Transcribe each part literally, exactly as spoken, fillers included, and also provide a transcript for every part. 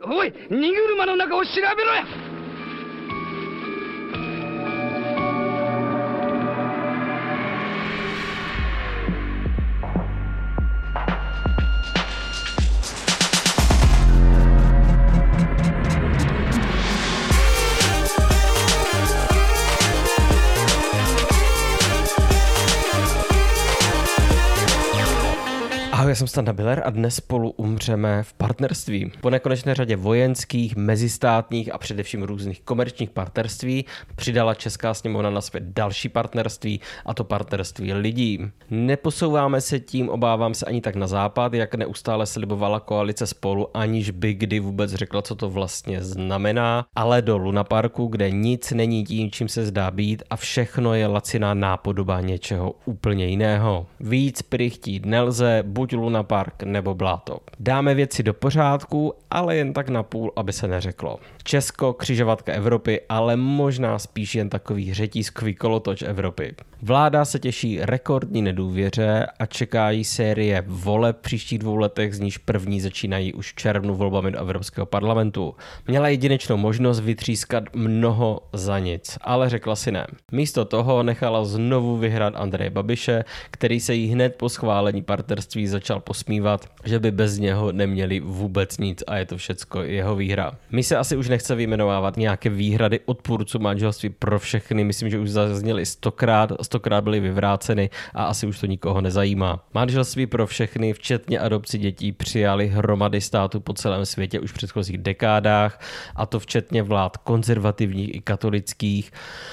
おい、荷車の中を調べろや。 Ahoj, já jsem Standa Biller a dnes spolu umřeme v partnerství. Po nekonečné řadě vojenských, mezistátních a především různých komerčních partnerství přidala Česká sněmovna na svět další partnerství, a to partnerství lidí. Neposouváme se tím, obávám se, ani tak na západ, jak neustále slibovala koalice Spolu, aniž by kdy vůbec řekla, co to vlastně znamená, ale do Lunaparku, kde nic není tím, čím se zdá být a všechno je laciná nápodoba něčeho úplně jiného. Víc prý chtít nelze, buď Lunapark nebo bláto. Dáme věci do pořádku, ale jen tak napůl, aby se neřeklo. Česko, křižovatka Evropy, ale možná spíš jen takový řetízkový kolotoč Evropy. Vláda se těší rekordní nedůvěře a čeká jí série voleb v příštích dvou letech, z níž první začínají už v červnu volbami do Evropského parlamentu. Měla jedinečnou možnost vytřískat mnoho za nic, ale řekla si ne. Místo toho nechala znovu vyhrát Andreje Babiše, který se jí hned po schválení partnerství začal posmívat, že by bez něho neměli vůbec nic a je to všecko jeho výhra. My se asi už nechce vyjmenovávat nějaké výhrady odpůrců manželství pro všechny, myslím, že už zazněly stokrát, stokrát byly vyvráceny a asi už to nikoho nezajímá. Manželství pro všechny, včetně adopci dětí, přijali hromady států po celém světě už v předchozích dekádách, a to včetně vlád konzervativních i katolických,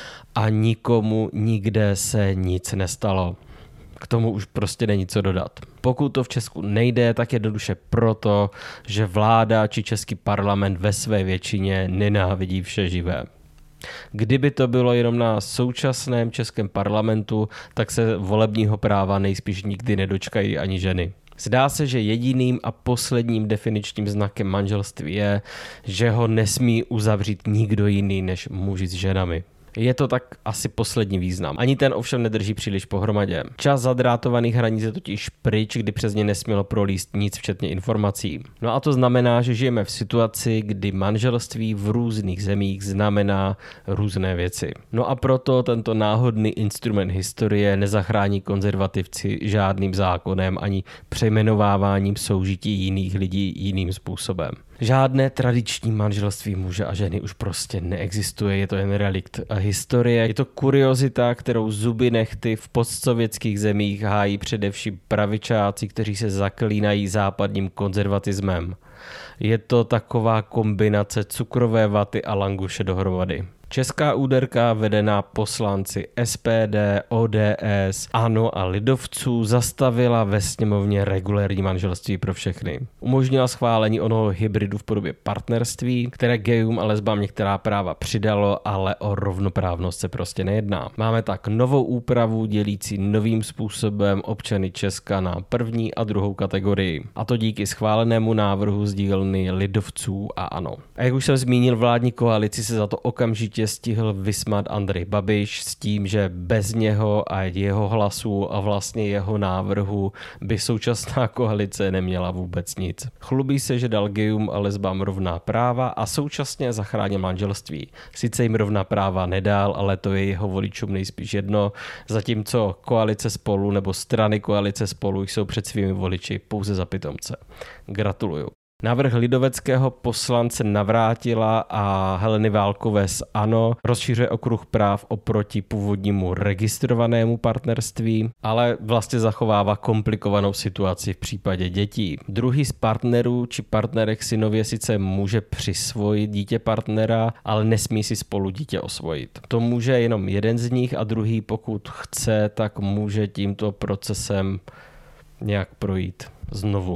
a nikomu nikde se nic nestalo. K tomu už prostě není co dodat. Pokud to v Česku nejde, tak jednoduše proto, že vláda či český parlament ve své většině nenávidí vše živé. Kdyby to bylo jenom na současném českém parlamentu, tak se volebního práva nejspíš nikdy nedočkají ani ženy. Zdá se, že jediným a posledním definičním znakem manželství je, že ho nesmí uzavřít nikdo jiný než muži s ženami. Je to tak asi poslední význam. Ani ten ovšem nedrží příliš pohromadě. Čas zadrátovaných hranic je totiž pryč, kdy přes ně nesmělo prolíst nic, včetně informací. No a to znamená, že žijeme v situaci, kdy manželství v různých zemích znamená různé věci. No a proto tento náhodný instrument historie nezachrání konzervativci žádným zákonem ani přejmenováváním soužití jiných lidí jiným způsobem. Žádné tradiční manželství muže a ženy už prostě neexistuje, je to jen relikt historie. Je to kuriozita, kterou zuby nehty v postsovětských zemích hájí především pravičáci, kteří se zaklínají západním konzervatismem. Je to taková kombinace cukrové vaty a languše dohromady. Česká úderka vedená poslanci S P D, O D S, ANO a lidovců zastavila ve sněmovně regulérní manželství pro všechny. Umožnila schválení onoho hybridu v podobě partnerství, které gayům a lesbám některá práva přidalo, ale o rovnoprávnost se prostě nejedná. Máme tak novou úpravu dělící novým způsobem občany Česka na první a druhou kategorii. A to díky schválenému návrhu z dílny lidovců a ANO. A jak už jsem zmínil, vládní koalici se za to okamžitě stihl vysmat Andrej Babiš s tím, že bez něho a jeho hlasu a vlastně jeho návrhu by současná koalice neměla vůbec nic. Chlubí se, že dal gayům a lesbám rovná práva a současně zachránil manželství. Sice jim rovná práva nedal, ale to je jeho voličům nejspíš jedno, zatímco koalice Spolu nebo strany koalice Spolu jsou před svými voliči pouze za pitomce. Gratuluju. Návrh lidoveckého poslance Navrátila a Heleny Válkové z ANO rozšiřuje okruh práv oproti původnímu registrovanému partnerství, ale vlastně zachovává komplikovanou situaci v případě dětí. Druhý z partnerů či partnerek si nově sice může přisvojit dítě partnera, ale nesmí si spolu dítě osvojit. To může jenom jeden z nich a druhý, pokud chce, tak může tímto procesem nějak projít znovu.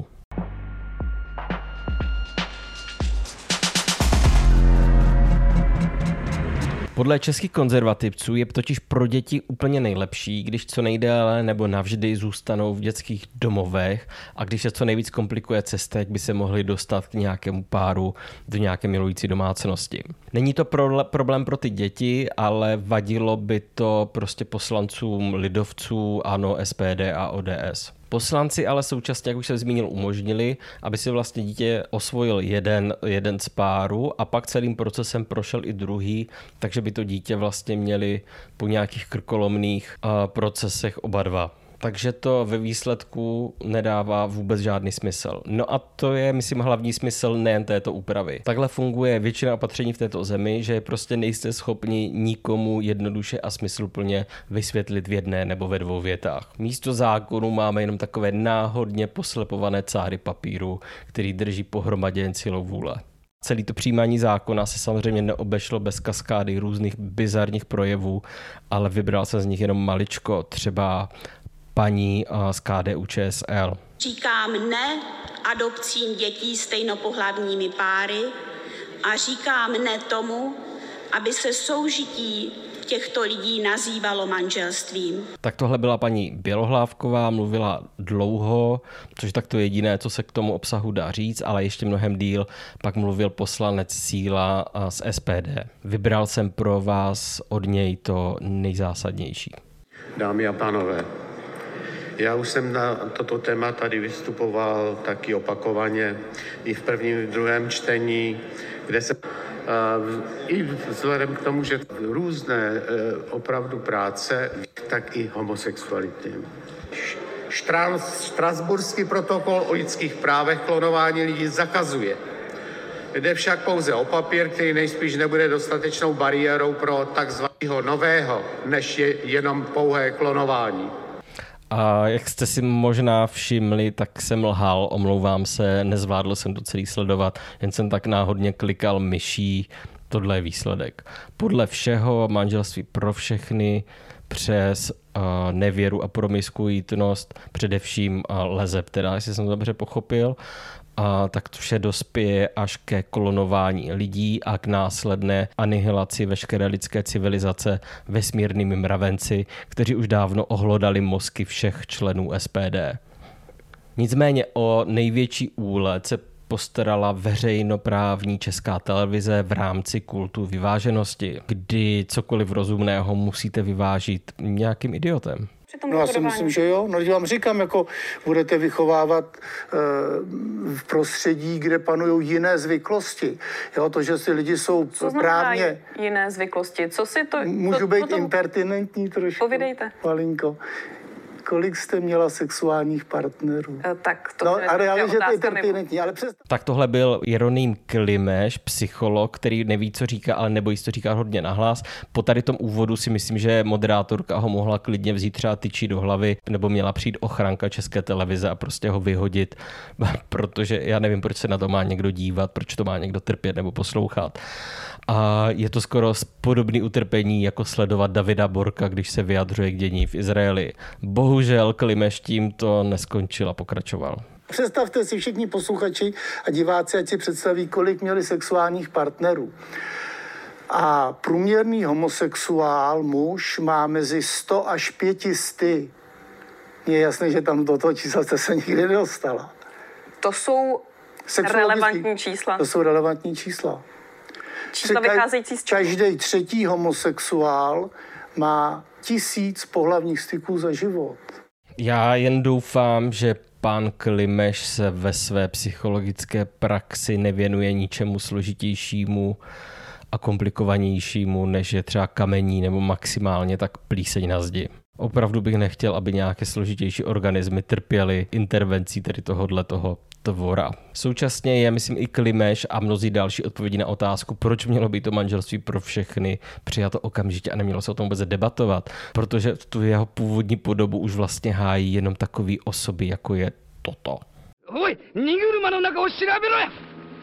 Podle českých konzervativců je totiž pro děti úplně nejlepší, když co nejdéle nebo navždy zůstanou v dětských domovech a když se co nejvíc komplikuje cesta, jak by se mohli dostat k nějakému páru do nějaké milující domácnosti. Není to pro, problém pro ty děti, ale vadilo by to prostě poslancům lidovců, ANO, S P D a O D S. Poslanci ale současně, jak už jsem zmínil, umožnili, aby si vlastně dítě osvojil jeden, jeden z páru a pak celým procesem prošel i druhý, takže by to dítě vlastně měli po nějakých krkolomných uh, procesech oba dva. Takže to ve výsledku nedává vůbec žádný smysl. No a to je, myslím, hlavní smysl nejen této úpravy. Takhle funguje většina opatření v této zemi, že prostě nejste schopni nikomu jednoduše a smysluplně vysvětlit v jedné nebo ve dvou větách. Místo zákonu máme jenom takové náhodně poslepované cáry papíru, který drží pohromadě jen silou vůle. Celé to přijímání zákona se samozřejmě neobešlo bez kaskády různých bizarních projevů, ale vybral jsem z nich jenom maličko, třeba paní z K D U Č S L. Říkám ne adopcím dětí stejnopohlavními páry a říkám ne tomu, aby se soužití těchto lidí nazývalo manželstvím. Tak tohle byla paní Bělohlávková, mluvila dlouho, což tak to jediné, co se k tomu obsahu dá říct, ale ještě mnohem díl pak mluvil poslanec Síla z S P D. Vybral jsem pro vás od něj to nejzásadnější. Dámy a pánové, já už jsem na toto téma tady vystupoval taky opakovaně i v prvním, v druhém čtení, kde se i vzhledem k tomu, že různé opravdu práce, tak i homosexuality. Štrasburský protokol o lidských právech klonování lidí zakazuje. Jde však pouze o papír, který nejspíš nebude dostatečnou bariérou pro takzvaného nového, než je jenom pouhé klonování. A jak jste si možná všimli, tak jsem lhal, omlouvám se, nezvládl jsem to celý sledovat, jen jsem tak náhodně klikal myší, tohle je výsledek. Podle všeho manželství pro všechny přes uh, nevěru a promiskuitnost, především uh, lezeb, teda, jestli jsem to dobře pochopil, a tak to vše dospěje až ke klonování lidí a k následné anihilaci veškeré lidské civilizace vesmírnými mravenci, kteří už dávno ohlodali mozky všech členů S P D. Nicméně o největší úlet se postarala veřejnoprávní Česká televize v rámci kultu vyváženosti, kdy cokoliv rozumného musíte vyvážit nějakým idiotem. No já si myslím, že jo. No, vám říkám, jako budete vychovávat e, v prostředí, kde panují jiné zvyklosti. Jo, to, že si lidi jsou Co právně... jiné zvyklosti? Co si to... Můžu co, být co to... impertinentní trošku? Povídejte. Malinko. Kolik jste měla sexuálních partnerů? E, tak to no, nevím, ale, ale že to je otázka impertinentní, ale přes... Tak tohle byl Jeroným Klimeš, psycholog, který neví, co říká, ale nebojí se to říkat hodně nahlas. Po tady tom úvodu si myslím, že moderátorka ho mohla klidně vzít třeba tyčí do hlavy, nebo měla přijít ochranka České televize a prostě ho vyhodit, protože já nevím, proč se na to má někdo dívat, proč to má někdo trpět nebo poslouchat. A je to skoro podobný utrpení, jako sledovat Davida Borka, když se vyjadřuje k dění v Izraeli. Bohužel Klimeš tím to neskončil a pokračoval. Představte si všichni posluchači a diváci, ať si představí, kolik měli sexuálních partnerů. A průměrný homosexuál muž má mezi sto až pět sty. Je jasné, že tam do toho čísla jste se nikdy nedostala. To jsou relevantní čísla. To jsou relevantní čísla. Čísla vycházející z čeho? Každý třetí homosexuál má tisíc pohlavních styků za život. Já jen doufám, že pan Klimeš se ve své psychologické praxi nevěnuje ničemu složitějšímu a komplikovanějšímu, než je třeba kamení nebo maximálně tak plíseň na zdi. Opravdu bych nechtěl, aby nějaké složitější organismy trpěly intervencí tedy tohohle toho tvora. Současně je, myslím, i Klimeš a mnozí další odpovědi na otázku, proč mělo být to manželství pro všechny přijato okamžitě a nemělo se o tom vůbec debatovat, protože tu jeho původní podobu už vlastně hájí jenom takový osoby, jako je toto. Oj, Niguruma no naka o shirabero ya!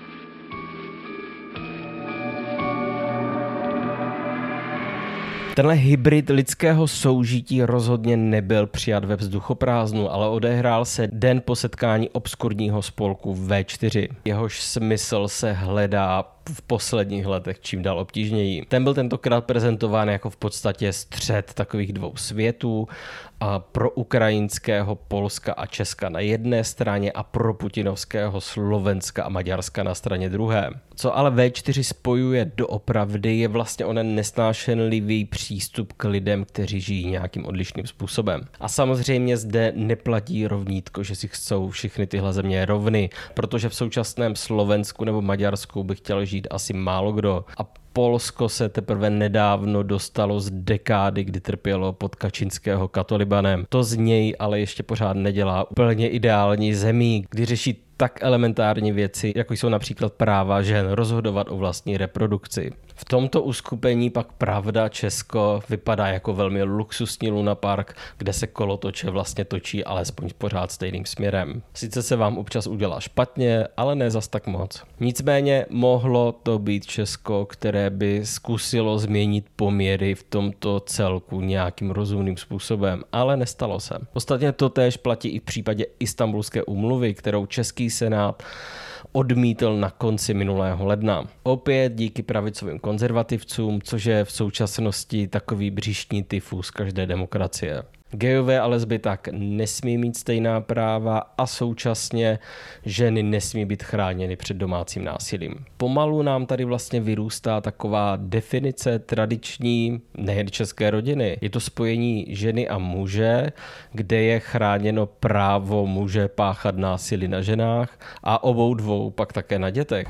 Tenhle hybrid lidského soužití rozhodně nebyl přijat ve vzduchoprázdnu, ale odehrál se den po setkání obskurního spolku V čtyři. Jehož smysl se hledá v posledních letech čím dál obtížněji. Ten byl tentokrát prezentován jako v podstatě střet takových dvou světů, a pro ukrajinského Polska a Česka na jedné straně a pro putinovského Slovenska a Maďarska na straně druhé. Co ale vé čtyři spojuje doopravdy, je vlastně onen nesnášenlivý přístup k lidem, kteří žijí nějakým odlišným způsobem. A samozřejmě zde neplatí rovnítko, že si chcou všechny tyhle země rovny, protože v současném Slovensku nebo Maďarsku by chtěl žít asi málo kdo. A Polsko se teprve nedávno dostalo z dekády, kdy trpělo pod Kačinského Katolibanem. To z něj ale ještě pořád nedělá úplně ideální zemí, kdy řeší tak elementární věci, jako jsou například práva žen rozhodovat o vlastní reprodukci. V tomto uskupení pak pravda Česko vypadá jako velmi luxusní lunapark, kde se kolotoče vlastně točí alespoň pořád stejným směrem. Sice se vám občas udělá špatně, ale ne zas tak moc. Nicméně mohlo to být Česko, které by zkusilo změnit poměry v tomto celku nějakým rozumným způsobem, ale nestalo se. Ostatně to též platí i v případě Istanbulské úmluvy, kterou český senát odmítl na konci minulého ledna. Opět díky pravicovým konzervativcům, což je v současnosti takový břišní tyfus každé demokracie. Gejové a lesby tak nesmí mít stejná práva a současně ženy nesmí být chráněny před domácím násilím. Pomalu nám tady vlastně vyrůstá taková definice tradiční nejen české rodiny. Je to spojení ženy a muže, kde je chráněno právo muže páchat násilí na ženách a obou dvou pak také na dětech.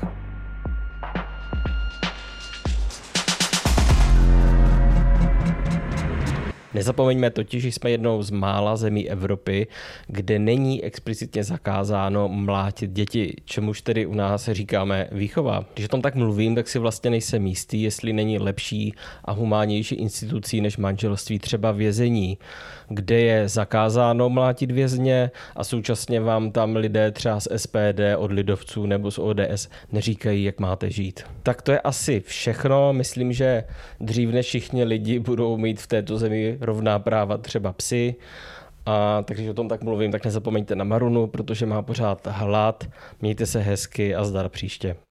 Nezapomeňme totiž, že jsme jednou z mála zemí Evropy, kde není explicitně zakázáno mlátit děti, čemuž tedy u nás říkáme výchova. Když o tom tak mluvím, tak si vlastně nejsem jistý, jestli není lepší a humánnější institucí než manželství třeba vězení, kde je zakázáno mlátit vězně a současně vám tam lidé třeba z S P D, od lidovců nebo z O D S neříkají, jak máte žít. Tak to je asi všechno. Myslím, že dřív než všichni lidi budou mít v této zemi rovná práva třeba psy. A takže když o tom tak mluvím, tak nezapomeňte na Marunu, protože má pořád hlad. Mějte se hezky a zdar příště.